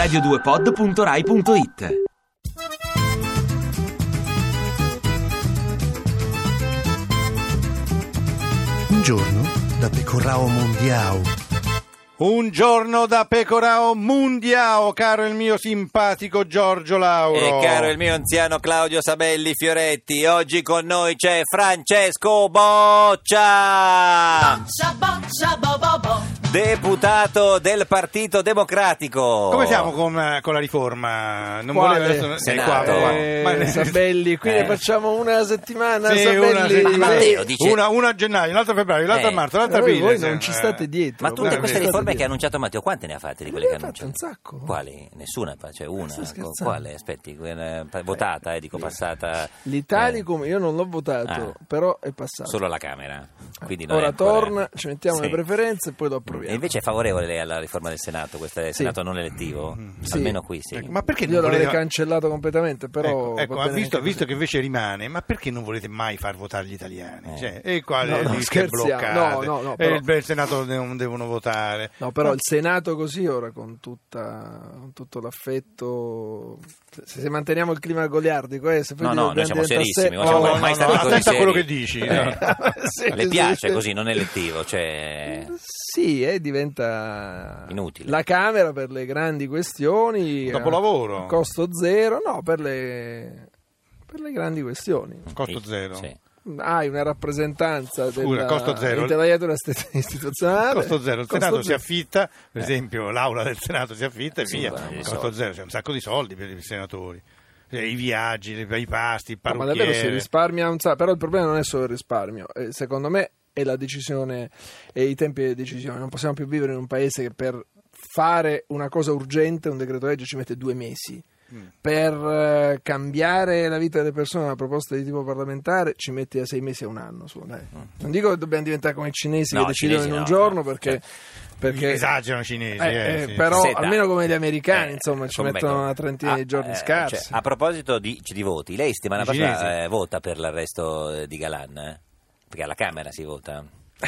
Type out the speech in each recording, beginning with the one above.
radio2pod.rai.it. Un giorno da Pecorao Mondiao. Un giorno da Pecorao Mondiao, caro il mio simpatico Giorgio Lauro. E caro il mio anziano Claudio Sabelli Fioretti. Oggi con noi c'è Francesco Boccia, deputato del Partito Democratico. Come siamo con la riforma? Non Quale? voleva Senato. Sabelli, qui ne facciamo una settimana. Sì, Sabelli. una settimana. Matteo dice... una a gennaio, l'altra a febbraio, l'altra a marzo, l'altra a Voi aprile. non ci state dietro. Ma tutte queste vero. riforme che ha annunciato Matteo, quante ne ha fatte di quelle che ha Ne ha fatte annunciato? un sacco. Quali? Nessuna, cioè una. stai scherzando? Quale? Aspetti, votata, dico passata. L'Italicum io non l'ho votato, però è passato. Solo alla Camera. Quindi non è Ora ancora... torna, ci mettiamo Sì. le preferenze e poi lo approviamo. E invece è favorevole lei alla riforma del Senato, questo è il Senato non elettivo? Sì. Almeno qui sì. Ecco, ma perché Io non l'avrei volete... cancellato completamente, però Ecco, va ma bene visto che invece rimane, ma perché non volete mai far votare gli italiani? Cioè, e qua No, le no, liste scherziamo. bloccate, No, e però- il Senato non devono votare. No, però il Senato così ora con tutto l'affetto, se manteniamo il clima goliardico, se poi No, noi siamo diventa serissimi, se- non siamo no, mai no, stati no, così attenta a quello seri. che dici. Sì, Le sì, piace sì. così, non elettivo, cioè Sì, diventa inutile. la Camera per le grandi questioni. Dopolavoro. A costo zero, no, per le grandi questioni. Costo Sì, zero. sì. Hai una rappresentanza Scusa, costo zero. dell'intelaiatura istituzionale. Costo zero, il Costo Senato si zero. affitta, per esempio l'aula del Senato si affitta e via. beh, Costo soldi. zero, c'è un sacco di soldi per i senatori. I viaggi, i pasti, il No, ma parrucchiere. davvero si risparmia un sacco, però il problema non è solo il risparmio, secondo me è la decisione e i tempi di decisione. Non possiamo più vivere in un paese che per fare una cosa urgente, un decreto legge ci mette 2 mesi. Per cambiare la vita delle persone una proposta di tipo parlamentare ci metti da 6 mesi a un anno su, dai. Non dico che dobbiamo diventare come i cinesi No, che decidono cinesi in un no, giorno no, perché Esagerano i cinesi. Sì. però Senta, almeno come gli americani insomma ci come- mettono una trentina di giorni scarsi. cioè, a proposito di voti, lei settimana I passata cinesi. vota per l'arresto di Galan? Perché alla Camera si vota.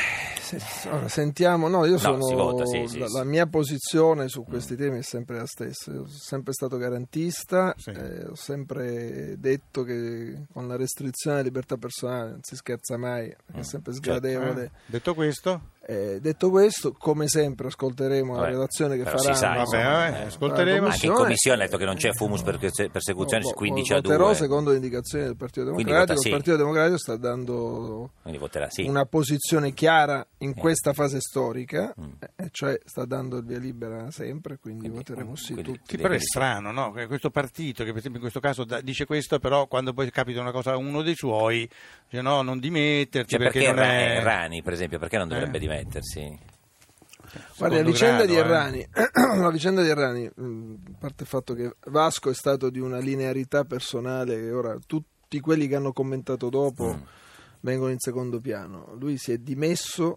Ora, sentiamo, no, io sono si vota, sì, la mia posizione su questi temi è sempre la stessa. Io sono sempre stato garantista, Sì. ho sempre detto che con la restrizione della libertà personale non si scherza mai, perché è sempre sgradevole. Detto questo, Detto questo, come sempre ascolteremo la Vabbè, relazione che però si faranno. sa, ascolteremo. Anche in commissione ha detto che non c'è fumus per persecuzione, 15 a 2. Voterò secondo le indicazioni del Partito Quindi Democratico. vota sì. Il Partito Democratico sta dando Quindi voterà sì. una posizione chiara in questa fase storica, e cioè sta dando il via libera sempre, quindi voteremo sì quindi- tutti. Sì, però è strano, no? Che questo partito, che per esempio in questo caso dice questo, però quando poi capita una cosa a uno dei suoi, dice no, non dimetterti Cioè, perché non è... Rani, per esempio, perché non dovrebbe dimettersi? Guarda, la Secondo vicenda di Errani, a parte il fatto che Vasco è stato di una linearità personale che ora tutti quelli che hanno commentato dopo vengono in secondo piano. Lui si è dimesso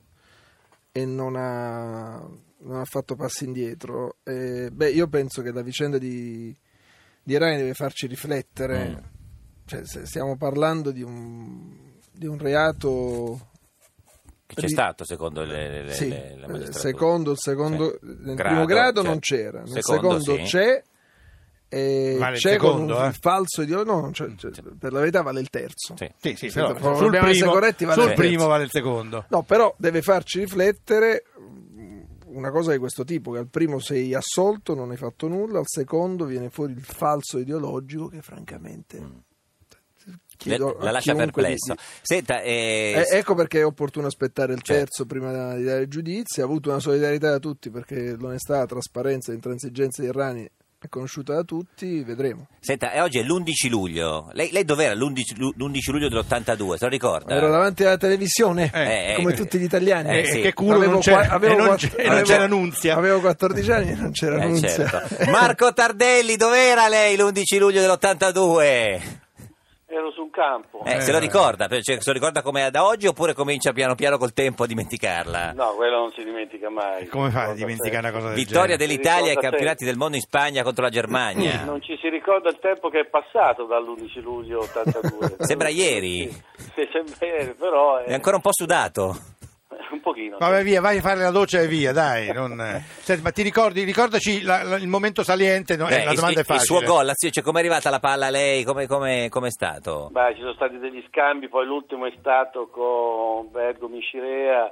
e non ha fatto passi indietro. Io penso che la vicenda di Errani deve farci riflettere. Cioè, stiamo parlando di un reato Che c'è stato secondo la il magistratura? secondo nel primo grado cioè, non c'era, nel secondo secondo sì. c'è, Vale il c'è secondo, con un falso ideologico, no, per la verità vale il terzo. Sì. Sì, però però dobbiamo essere corretti, vale sul il terzo. primo vale il secondo. No, però deve farci riflettere una cosa di questo tipo, che al primo sei assolto, non hai fatto nulla, al secondo viene fuori il falso ideologico che francamente chiedo La a lascia chiunque perplesso. Senta, ecco perché è opportuno aspettare il Certo. terzo prima di dare giudizi. Ha avuto una solidarietà da tutti, perché l'onestà, la trasparenza, l'intransigenza di Errani è conosciuta da tutti, vedremo. senta, oggi è l'11 luglio. Lei dov'era l'11 luglio dell'82, se lo ricorda? Ero davanti alla televisione, come tutti gli italiani. sì. Che culo non c'era, e non c'era Nunzia. Avevo 14 anni e non c'era Nunzia. Certo. Marco Tardelli, dov'era lei l'11 luglio dell'82? Ero sul campo. Se lo ricorda? Cioè, se lo ricorda come da oggi oppure comincia piano piano col tempo a dimenticarla? No, quello non si dimentica mai. Come fa a dimenticare una cosa del Vittoria genere? dell'Italia ai ricorda campionati del mondo in Spagna contro la Germania. Non ci si ricorda il tempo che è passato dall'11 luglio 82. Sembra ieri. Sì, sembra ieri, però... È ancora un po' sudato. un pochino. Vabbè, via, vai a fare la doccia e via, dai. Senti, ma ricordaci il momento saliente, no? La domanda è facile. Il suo gol, cioè, come è arrivata la palla a lei, come è stato? Beh, ci sono stati degli scambi, poi l'ultimo è stato con Bergomi Scirea,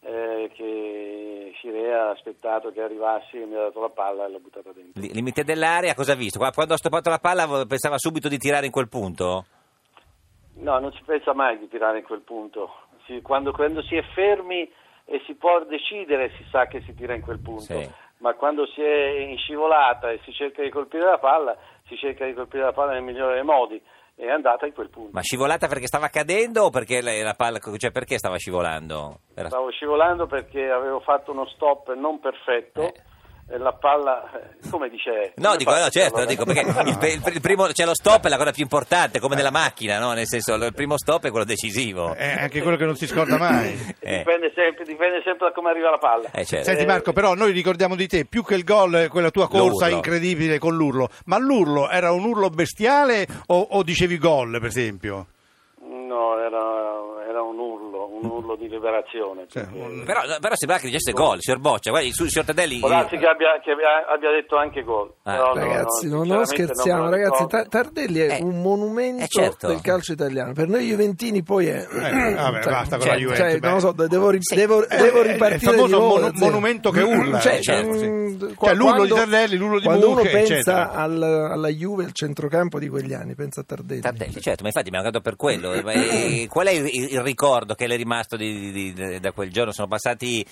che Scirea ha aspettato che arrivassi e mi ha dato la palla e l'ha buttata dentro. Limite dell'area, cosa ha visto? Quando ha stoppato la palla pensava subito di tirare in quel punto? No, non si pensa mai di tirare in quel punto. Quando si è fermi e si può decidere, si sa che si tira in quel punto. Sì. Ma quando si è in scivolata e si cerca di colpire la palla, si cerca di colpire la palla nel migliore dei modi. È andata in quel punto. Ma scivolata perché stava cadendo o perché la palla, cioè perché stava scivolando? Stavo scivolando perché avevo fatto uno stop non perfetto. E la palla, come dice? No, dico, no, certo, dico, perché il primo, cioè lo stop è la cosa più importante, come nella macchina, no? Nel senso, il primo stop è quello decisivo. È anche quello che non si scorda mai. Dipende sempre da come arriva la palla. Certo. Senti Marco, però noi ricordiamo di te più che il gol, quella tua corsa L'urlo. incredibile con l'urlo. Ma l'urlo era un urlo bestiale o dicevi gol, per esempio? No, era un urlo di liberazione. Però sembrava che dicesse gol, signor Boccia. Guardi, il signor Tardelli. Può darsi che abbia detto anche gol. Però Ragazzi, non sinceramente scherziamo, non me lo ragazzi. ricordo. Tardelli è un monumento certo. del calcio italiano. Per noi juventini poi è. Vabbè, basta con la Juventus. Cioè, non lo so, devo ripartire il famoso di nuovo, monumento che urla. certo, Cioè, l'urlo di Tardelli, l'urlo di quando Mucche, uno pensa eccetera. alla Juve, il centrocampo di quegli anni, pensa a Tardelli. Certo, ma infatti mi hanno dato per quello. Qual è il ricordo che le è rimasto da quel giorno? Sono passati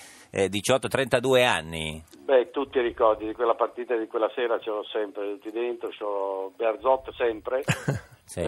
32 anni. Beh, tutti i ricordi di quella partita e di quella sera ce l'ho sempre tutti dentro, c'ho Bearzot sempre, Sì.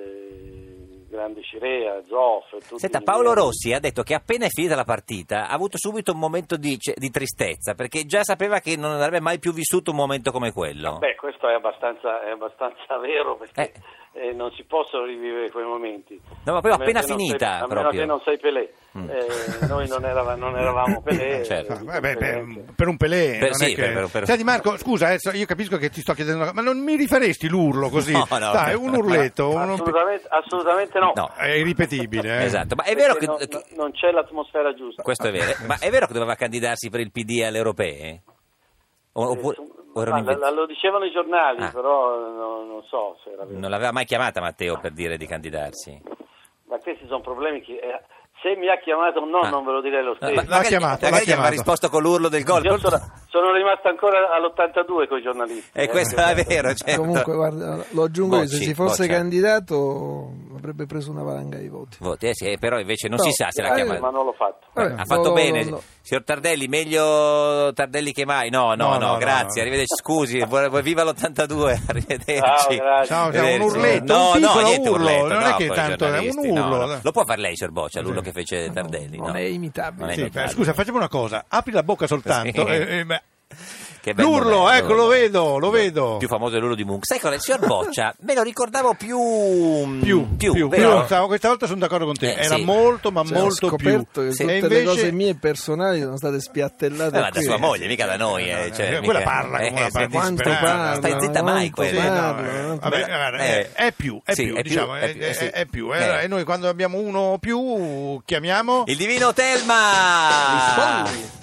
grande Scirea, Zoff. Senta, Paolo Rossi ha detto che appena è finita la partita ha avuto subito un momento di tristezza, perché già sapeva che non avrebbe mai più vissuto un momento come quello. Beh, questo è abbastanza vero, perché non si possono rivivere quei momenti. No, ma poi A meno appena che non finita, sei, a proprio. meno che non sei Pelé. Noi non eravamo Pelé. Certo. Per un Pelé. Per- non sì, è che... per- Senti Marco, scusa, adesso io capisco che ti sto chiedendo, ma non mi rifaresti l'urlo così? No, Dai, un urletto. Assolutamente no. No. È irripetibile. Esatto, ma è vero che non c'è l'atmosfera giusta. questo è vero, ma è vero che doveva candidarsi per il PD alle europee? Oppure Lo dicevano i giornali, Ah. però non so se era vero. non l'aveva mai chiamata Matteo per dire di candidarsi? Ma questi sono problemi che se mi ha chiamato o no non ve lo direi lo stesso. L'ha chiamato, magari gli aveva chiamato. risposto con l'urlo del gol. Io sono rimasto ancora all'82 con i giornalisti. E questo è vero, certo. Comunque, guarda, lo aggiungo io, se Bocci, si fosse Boccia. candidato avrebbe preso una valanga di voti. Sì, però invece non si sa se l'ha chiamato. Ma non l'ho fatto. Vabbè, Ha fatto bene, no. signor Tardelli, meglio Tardelli che mai. No, grazie, arrivederci, scusi, viva l'82, arrivederci. Ciao, grazie. Ciao, un Arrivederci. urletto, No, un piccolo niente urlo, urletto, non è che poi tanto è un giornalisti, urlo. no. Lo può fare lei, signor Boccia, l'urlo che fece Tardelli? Non no? è imitabile. Non è Sì, imitabile. scusa, facciamo una cosa, apri la bocca soltanto. Sì. Che bel L'urlo, momento. ecco, lo vedo. Più famoso è l'urlo di Munch. Sai cosa, signor Boccia, me lo ricordavo più, Più. vero? Questa volta sono d'accordo con te, era sì. molto, ma Cioè, ho molto più. scoperto che E tutte invece... le cose mie personali sono state spiattellate Ma da qui. sua moglie, mica da noi. Cioè, quella mica- parla come una senti, Quanto disperata. parla, Stai zitta mai quanto quella. parla. Vabbè, guarda, è più, Sì, è più, diciamo, è più, sì. è più. Eh. E noi quando abbiamo uno più chiamiamo... Il divino Telma!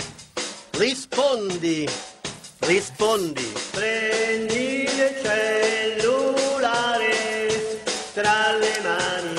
Rispondi. Prendi il cellulare tra le mani.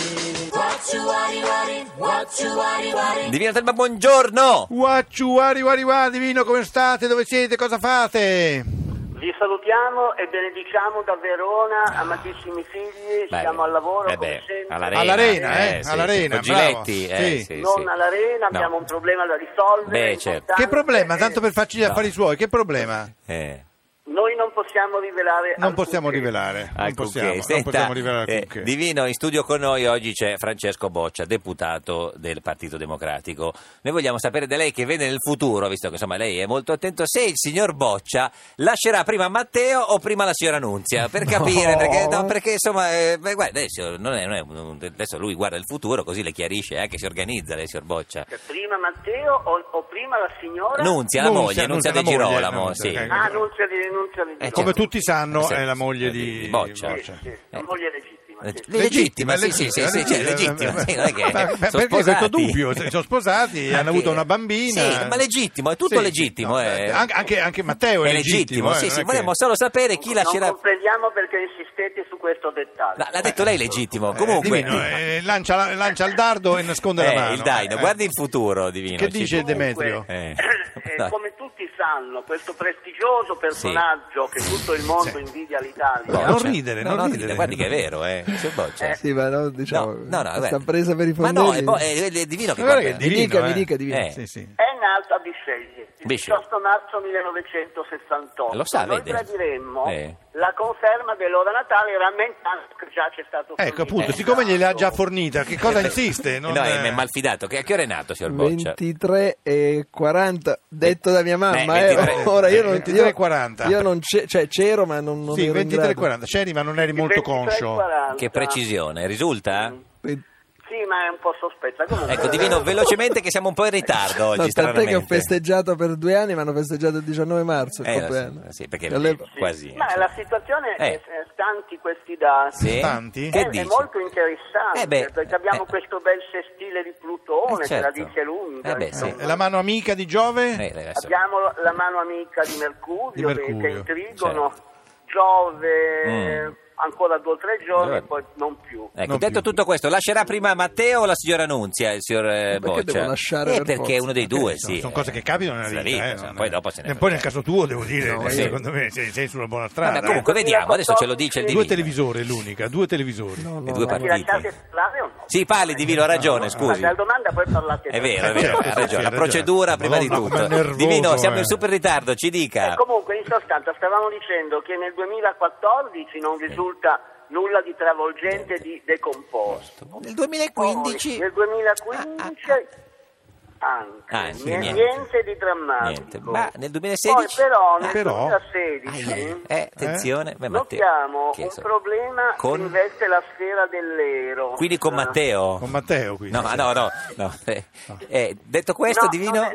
Divino Telma, buongiorno! Wari, divino, come state? Dove siete? Cosa fate? Vi salutiamo e benediciamo da Verona, amatissimi figli, siamo al lavoro come sempre. All'arena, sì, all'arena, con Giletti, bravo. Sì. sì, Non sì. all'arena, abbiamo un problema da risolvere. Beh, certo. Che importante, problema? Tanto per farci gli affari suoi, che problema? Noi non possiamo rivelare. Non possiamo rivelare, non possiamo rivelare alcunché. Divino, in studio con noi oggi c'è Francesco Boccia, deputato del Partito Democratico. Noi vogliamo sapere da lei, che vede nel futuro, visto che insomma lei è molto attento, se il signor Boccia lascerà prima Matteo o prima la signora Nunzia, per capire, perché insomma, guarda, adesso lui guarda il futuro, così le chiarisce, che si organizza lei, signor Boccia. Prima Matteo o prima la signora? Nunzia, la moglie, Nunzia De Girolamo, sì. Nunzia di Come tutti sanno, Sì, è la moglie di di Boccia. Sì, la moglie legittima. Legittima, sì, legittima. Sì, non è che perché questo dubbio, sono sposati, hanno avuto una bambina. Sì, ma legittimo, è tutto legittimo. Anche Matteo è legittimo. Sì, vogliamo solo sapere chi lascerà. Non comprendiamo perché insistete su questo dettaglio. L'ha detto lei legittimo. Comunque lancia il dardo e nasconde la mano. Il Daino, guardi il futuro, Divino. Che dice Demetrio? Come tutti sanno, questo prestigioso personaggio che tutto il mondo invidia all'Italia. Non ridere. Guardi che è vero, Signor Boccia. Sì, ma no, diciamo, sta presa per i ma fondelli. no, è Divino che guarda. Mi dica. Sì. È nato a Bisceglie il 18 marzo 1968. Lo sa, Noi vede. gradiremmo la conferma dell'ora natale, rammentando che già c'è stato Ecco, appunto, siccome gliel'ha già fornita, che cosa insiste? No, è malfidato. A che ora è nato, signor Boccia? 23:40, detto da mia mamma. 23. Ora io non 23:40. Io non c'ero, ma non Sì, ero in grado. 23:40. C'eri, ma non eri molto conscio. 23:40. Che precisione, risulta? Sì, ma è un po' sospetta. Comunque, Ecco, Divino, velocemente che siamo un po' in ritardo oggi, No, tant'è stranamente. che ho festeggiato per 2 anni, ma hanno festeggiato il 19 marzo il compleanno. Sì, perché Quasi. Ma la situazione è stanti questi dati. Sì? Tanti? Che È dici? molto interessante perché abbiamo questo bel sestile di Plutone che la certo. dice lunga. Sì. La mano amica di Giove? Abbiamo la mano amica di Mercurio, che è in trigono, Giove ancora 2 o 3 giorni e poi non più. Ecco, Non detto più. tutto questo, lascerà prima Matteo o la signora Nunzia, il signor Boccia? Perché devo lasciare per perché forza? uno dei due, sì. Sono cose che capitano nella vita. insomma, poi dopo se ne E poi nel caso tuo, devo dire, secondo me sei sulla buona strada. Ma comunque vediamo, adesso ce lo dice il Divino. 2 televisori, l'unica, 2 televisori. E 2 Mi lasciate partiti. parlare o no? Sì, parli Divino, ha ragione, scusi. La domanda poi parlate. È vero, Certo, ha sì, ragione. La sì, procedura prima di Madonna, tutto. come nervoso, Divino, siamo in super ritardo, ci dica. Comunque, in sostanza, stavamo dicendo che nel 2014 non risulta nulla di travolgente di decomposto. Nel 2015 Nel 2015 anche niente di drammatico. Niente. Ma nel 2016 Poi però nel Però? 2016 attenzione, Matteo. notiamo Che un so- problema con- che investe la sfera dell'ero. Quindi con Matteo? Con Matteo, quindi. No. Detto questo, No, Divino? non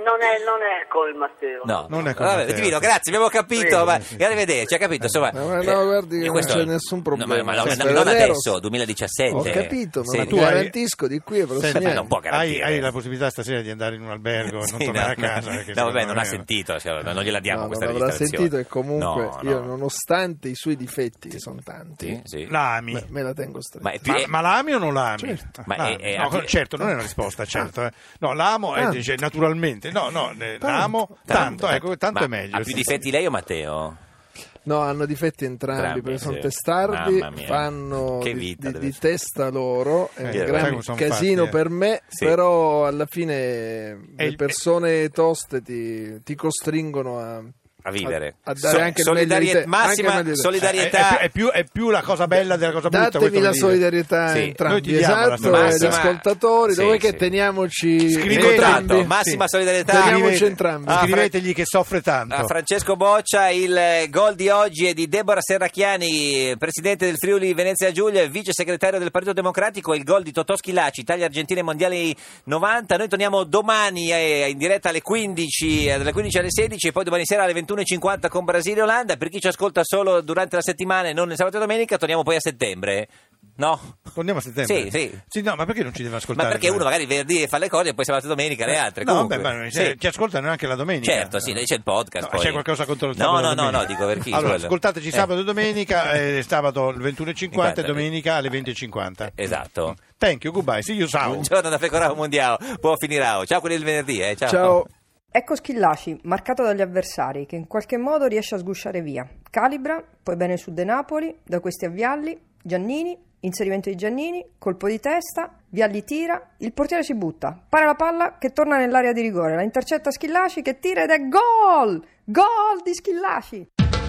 è col Matteo. No, Non è con vabbè, Matteo. Divino, grazie, abbiamo capito. Prego. Ma arrivederci, ha capito? Insomma, No, guardi che non questo- c'è nessun problema. No, ma Sempre non vero. adesso, 2017. Ho capito, ma Sì. tu hai- garantisco di qui ai prossimi Senti, ma non anni. può garantire. Hai la possibilità stasera di andare in un albergo e non tornare a casa. perché No, vabbè, secondo non me- ha sentito, non gliela diamo No, questa non avrà registrazione. sentito e comunque No, io, nonostante i suoi difetti, che sono tanti, Sì. La ami. me la tengo stretta. Ma è più- Ma la ami o non la ami? Certo. Ma La è- ami. No, è- certo, non è una risposta, certo. No, l'amo, dice naturalmente. No, l'amo tanto, ecco, tanto ma è meglio. Ha più sì. difetti lei o Matteo? No, hanno difetti entrambi perché sono sì. testardi, Mamma mia. fanno Che di, vita di- deve di essere. testa loro, è un sai gran come son casino fatti, per me, Sì. però alla fine le il- persone toste ti costringono a vivere. a dare anche il meglio di te, massima anche il meglio di te. solidarietà. È più la cosa bella della cosa brutta. Datemi questo la vuol dire. solidarietà Sì. a Noi entrambi, ti diamo la esatto, solidarietà. agli ascoltatori, Sì, dove che sì. teniamoci Scrivete. entrambi. Esatto, massima solidarietà. Teniamoci entrambi. Scrivetegli che soffre tanto. A Francesco Boccia. Il gol di oggi è di Deborah Serracchiani, presidente del Friuli Venezia Giulia e vice segretario del Partito Democratico. Il gol di Totò Schillaci, Italia-Argentina ai mondiali 90. Noi torniamo domani in diretta alle 15, dalle 15 alle 16 e poi domani sera alle 21:50 con Brasile e Olanda. Per chi ci ascolta solo durante la settimana e non il sabato e domenica, torniamo poi a settembre. No? Torniamo a settembre? Sì. No, ma perché non ci deve ascoltare? Ma perché uno magari venerdì fa le cose e poi sabato e domenica le altre. No, comunque. vabbè, ma Sì. ci ascoltano anche la domenica. Certo, sì, lei c'è il podcast. No, poi. c'è qualcosa contro il No, sabato no, e no, domenica? dico per chi. Allora, quello. ascoltateci sabato e domenica, sabato alle 21:50 e domenica alle 20:50. Esatto. Thank you, goodbye, see you soon. Buongiorno da Pecoraro Mondiale, buon finirao. Ciao quelli del venerdì, ciao. Ciao. Ecco Schillaci, marcato dagli avversari, che in qualche modo riesce a sgusciare via. Calibra, poi bene su De Napoli, da questi a Vialli, Giannini, inserimento di Giannini, colpo di testa, Vialli tira, il portiere si butta, para la palla che torna nell'area di rigore, la intercetta Schillaci che tira ed è gol! Gol di Schillaci!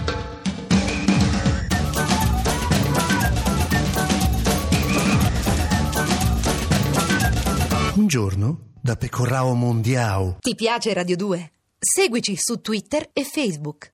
Un giorno, da Pecorrao Mondiale. Ti piace Radio 2? Seguici su Twitter e Facebook.